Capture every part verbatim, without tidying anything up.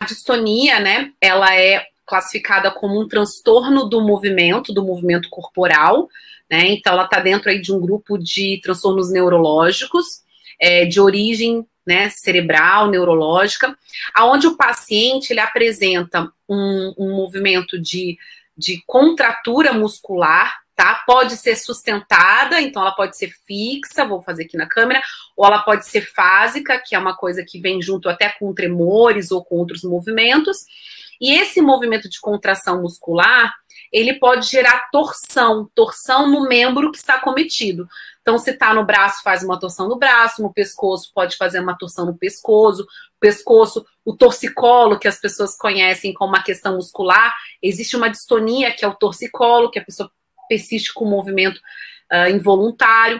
distonia, né, ela é classificada como um transtorno do movimento, do movimento corporal, né, então ela está dentro aí de um grupo de transtornos neurológicos, é, de origem, né, cerebral, neurológica, aonde o paciente, ele apresenta um, um movimento de, de contratura muscular, tá? Pode ser sustentada, então ela pode ser fixa, vou fazer aqui na câmera, ou ela pode ser fásica, que é uma coisa que vem junto até com tremores ou com outros movimentos, e esse movimento de contração muscular, ele pode gerar torção, torção no membro que está acometido. Então, se está no braço, faz uma torção no braço, no pescoço, pode fazer uma torção no pescoço, pescoço, o torcicolo, que as pessoas conhecem como uma questão muscular, existe uma distonia, que é o torcicolo, que a pessoa persiste com o movimento uh, involuntário.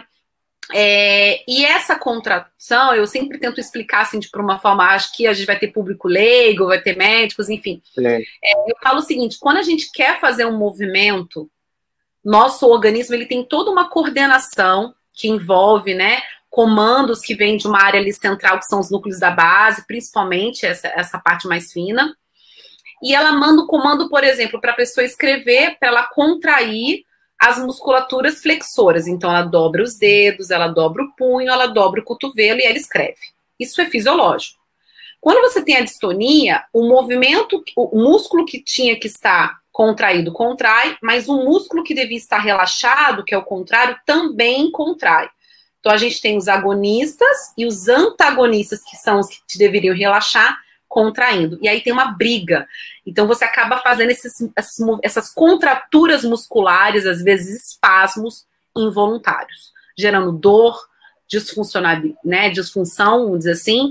É, e essa contração, eu sempre tento explicar assim, de por uma forma, acho que a gente vai ter público leigo, vai ter médicos, enfim. É, eu falo o seguinte, quando a gente quer fazer um movimento, nosso organismo ele tem toda uma coordenação que envolve, né, comandos que vêm de uma área ali central, que são os núcleos da base, principalmente essa, essa parte mais fina. E ela manda o comando, por exemplo, para a pessoa escrever, para ela contrair as musculaturas flexoras. Então, ela dobra os dedos, ela dobra o punho, ela dobra o cotovelo e ela escreve. Isso é fisiológico. Quando você tem a distonia, o movimento, o músculo que tinha que estar contraído, contrai, mas o músculo que devia estar relaxado, que é o contrário, também contrai. Então, a gente tem os agonistas e os antagonistas, que são os que deveriam relaxar, contraindo. E aí tem uma briga. Então, você acaba fazendo esses, essas contraturas musculares, às vezes espasmos involuntários, gerando dor, disfuncionalidade, né, disfunção, vamos dizer assim,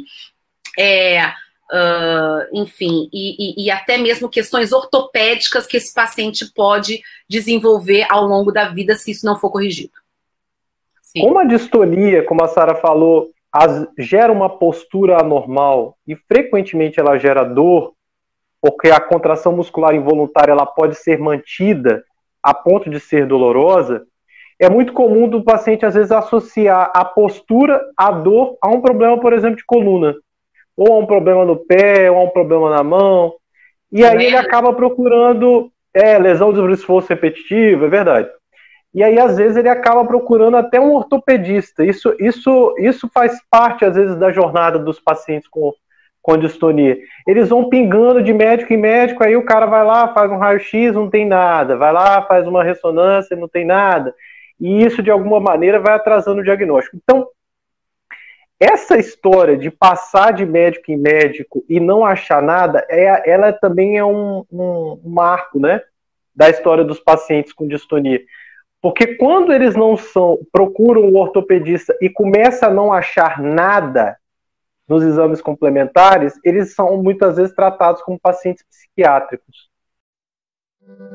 é, uh, enfim, e, e, e até mesmo questões ortopédicas que esse paciente pode desenvolver ao longo da vida se isso não for corrigido. Sim. Como a distonia, como a Sara falou, as, gera uma postura anormal e frequentemente ela gera dor, porque a contração muscular involuntária ela pode ser mantida a ponto de ser dolorosa, é muito comum do paciente às vezes associar a postura, a dor, a um problema, por exemplo, de coluna, ou a um problema no pé, ou a um problema na mão, e aí ele acaba procurando é, lesão do esforço repetitivo, é verdade. E aí, às vezes, ele acaba procurando até um ortopedista. Isso, isso, isso faz parte, às vezes, da jornada dos pacientes com, com distonia. Eles vão pingando de médico em médico, aí o cara vai lá, faz um raio-x, não tem nada. Vai lá, faz uma ressonância, não tem nada. E isso, de alguma maneira, vai atrasando o diagnóstico. Então, essa história de passar de médico em médico e não achar nada, é, ela também é um, um, um marco, né, da história dos pacientes com distonia. Porque quando eles não são, procuram o ortopedista e começam a não achar nada nos exames complementares, eles são muitas vezes tratados como pacientes psiquiátricos.